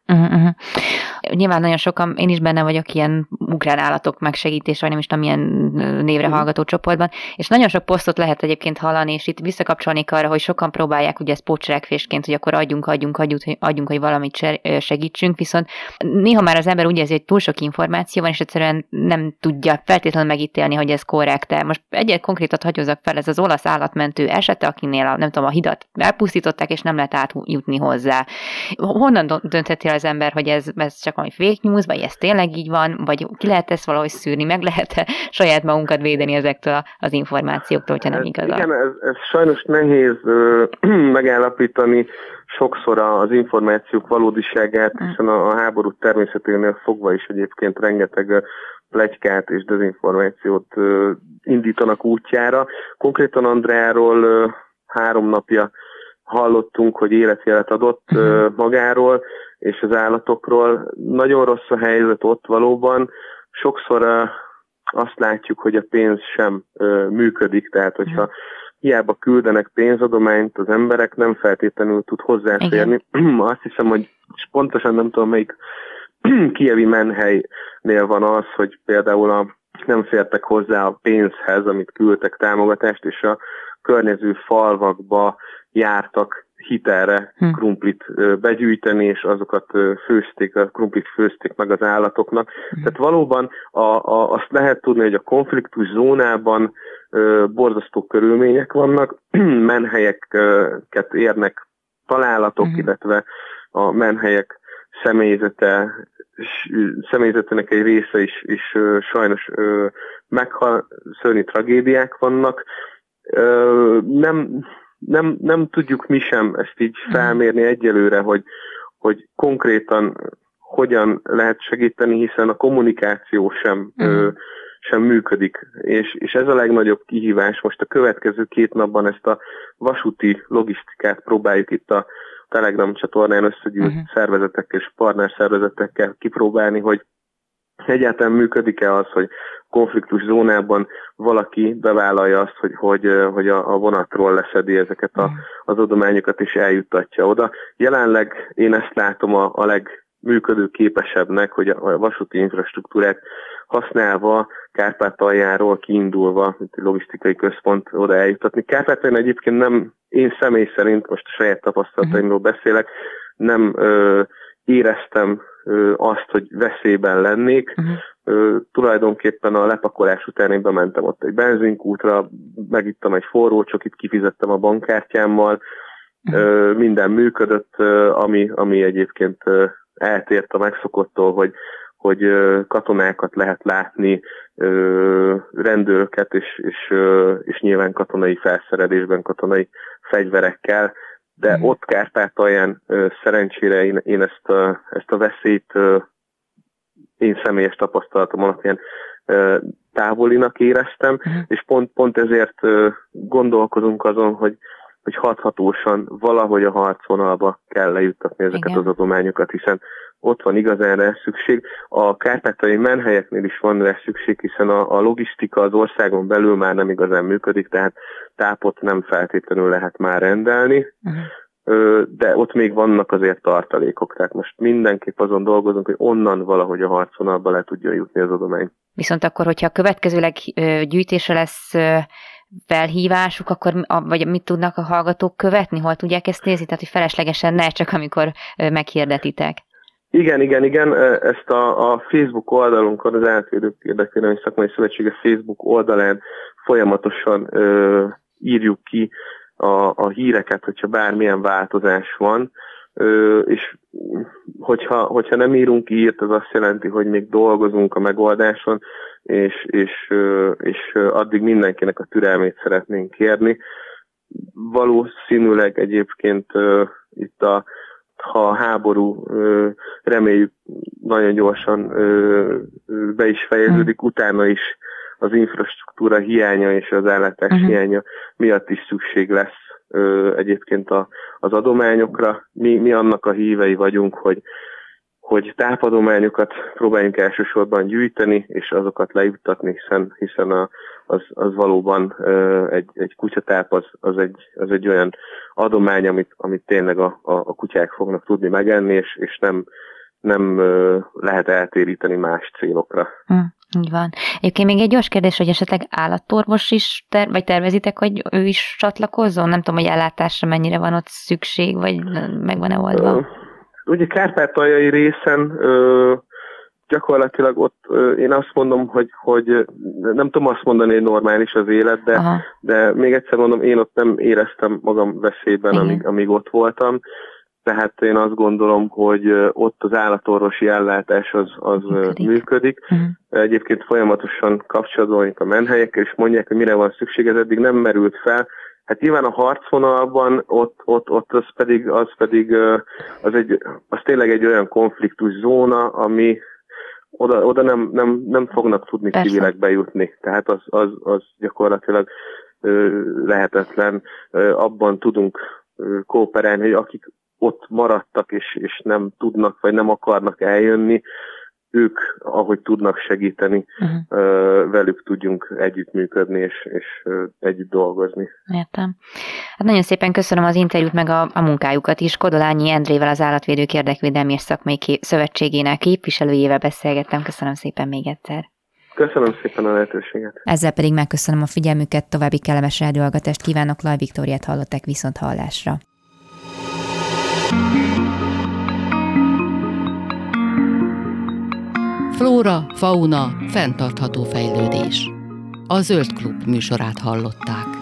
Nyilván nagyon sokan, én is benne vagyok ilyen ukrán állatok megsegítés, vagy nem is tudom, milyen névre hallgató csoportban, és nagyon sok posztot lehet egyébként hallani, és itt visszakapcsolnék arra, hogy sokan próbálják ugye ezt pótcselekvésként, hogy akkor adjunk, hogy valamit segítsünk, viszont néha már az ember úgy érzi, hogy túl sok információ van, és egyszerűen nem tudja feltétlenül megítélni, hogy ez korrekt-e. Most egyet konkrétat hagyozzak fel, ez az olasz állatmentő esete, akinél a hidat elpusztították, és nem lehet átjutni hozzá. Honnan döntheti az ember, hogy ez csak valami fake news, vagy ez tényleg így van, vagy ki lehet ezt valahogy szűrni, meg lehet saját magunkat védeni ezektől az információktól, hogyha nem igaz. Igen, ez sajnos nehéz megállapítani sokszor az információk valódiságát, hiszen a háború természeténél fogva is egyébként rengeteg pletykát és dezinformációt indítanak útjára. Konkrétan Andreáról 3 napja hallottunk, hogy életjelet adott magáról és az állatokról. Nagyon rossz a helyzet ott valóban. Sokszor azt látjuk, hogy a pénz sem működik, tehát hogyha hiába küldenek pénzadományt, az emberek nem feltétlenül tud hozzáférni. Azt hiszem, hogy pontosan nem tudom, melyik kijevi menhelynél van az, hogy például nem fértek hozzá a pénzhez, amit küldtek támogatást, és a környező falvakba jártak hitelre krumplit begyűjteni, és azokat a krumplit főzték meg az állatoknak. Tehát valóban azt lehet tudni, hogy a konfliktus zónában borzasztó körülmények vannak, menhelyeket érnek találatok, illetve a menhelyek személyzetének egy része is sajnos meghal, szörnyű tragédiák vannak. Nem tudjuk mi sem ezt így felmérni egyelőre, hogy konkrétan hogyan lehet segíteni, hiszen a kommunikáció sem működik. És ez a legnagyobb kihívás. Most a következő 2 napban ezt a vasúti logisztikát próbáljuk itt a Telegram csatornán összegyűlt szervezetekkel és partnerszervezetekkel kipróbálni, hogy egyáltalán működik-e az, hogy konfliktus zónában valaki bevállalja azt, hogy a vonatról leszedi ezeket az adományokat és eljuttatja oda. Jelenleg én ezt látom a legműködőképesebbnek, hogy a vasúti infrastruktúrát használva, Kárpátaljáról kiindulva, mint egy logisztikai központ oda eljuttatni. Kárpátalján egyébként nem, én személy szerint, most a saját tapasztalataimról beszélek, nem éreztem azt, hogy veszélyben lennék. Tulajdonképpen a lepakolás után én bementem ott egy benzinkútra, megittam egy forró csokit, kifizettem a bankkártyámmal, minden működött, ami egyébként eltért a megszokottól, hogy katonákat lehet látni, rendőröket, és nyilván katonai felszerelésben, katonai fegyverekkel, de ott Kárpátalján szerencsére én ezt a veszélyt én személyes tapasztalatom alapján távolinak éreztem, és pont ezért gondolkozunk azon, hogy hathatósan valahogy a harcvonalba kell lejuttatni ezeket az adományokat, hiszen ott van igazán rá szükség. A kárpátaljai menhelyeknél is van rá szükség, hiszen a logisztika az országon belül már nem igazán működik, tehát tápot nem feltétlenül lehet már rendelni, de ott még vannak azért tartalékok, tehát most mindenképp azon dolgozunk, hogy onnan valahogy a harcvonalba le tudjon jutni az adomány. Viszont akkor, hogyha következőleg gyűjtésre lesz felhívásuk, akkor vagy mit tudnak a hallgatók követni? Hol tudják ezt nézni? Tehát, hogy feleslegesen ne csak amikor meghirdetitek. Igen. Ezt a Facebook oldalunkon, az Állatvédők Érdekvédelmi Szakmai Szövetsége Facebook oldalán folyamatosan írjuk ki a híreket, hogyha bármilyen változás van, és hogyha nem írunk írt, az azt jelenti, hogy még dolgozunk a megoldáson, és addig mindenkinek a türelmét szeretnénk kérni. Valószínűleg egyébként itt ha a háború reméljük nagyon gyorsan be is fejeződik, utána is az infrastruktúra hiánya és az ellátás hiánya miatt is szükség lesz egyébként az adományokra. Mi annak a hívei vagyunk, hogy tápadományokat próbáljunk elsősorban gyűjteni, és azokat lejuttatni, hiszen az valóban egy kutyatáp, az egy olyan adomány, amit tényleg a kutyák fognak tudni megenni, és nem lehet eltéríteni más célokra. Így van. Egyébként még egy gyors kérdés, hogy esetleg állatorvos is, vagy tervezitek, hogy ő is csatlakozzon? Nem tudom, hogy ellátásra mennyire van ott szükség, vagy meg van-e oldva? Ugye kárpátaljai részen gyakorlatilag ott én azt mondom, hogy nem tudom azt mondani, hogy normális az élet, de még egyszer mondom, én ott nem éreztem magam veszélyben, amíg ott voltam. Tehát én azt gondolom, hogy ott az állatorvosi ellátás az működik. Egyébként folyamatosan kapcsolatban vagyunk a menhelyekkel, és mondják, hogy mire van szükség, ez eddig nem merült fel. Hát nyilván a harcvonalban ott az tényleg egy olyan konfliktus zóna, ami oda nem fognak tudni civilek bejutni. Tehát az gyakorlatilag lehetetlen. Abban tudunk kooperálni, hogy akik ott maradtak, és nem tudnak, vagy nem akarnak eljönni, ők, ahogy tudnak segíteni, velük tudjunk együttműködni, és együtt dolgozni. Értem. Hát nagyon szépen köszönöm az interjút, meg a munkájukat is. Kodolányi Endrével, az Állatvédők Érdekvédelmi és Szakmai Szövetségének képviselőjével beszélgettem. Köszönöm szépen még egyszer. Köszönöm szépen a lehetőséget. Ezzel pedig megköszönöm a figyelmüket, további kellemes rádióhallgatást kívánok, Laj Viktóriát hallották, viszont hallásra. Flóra, fauna, fenntartható fejlődés. A Zöld Klub műsorát hallották.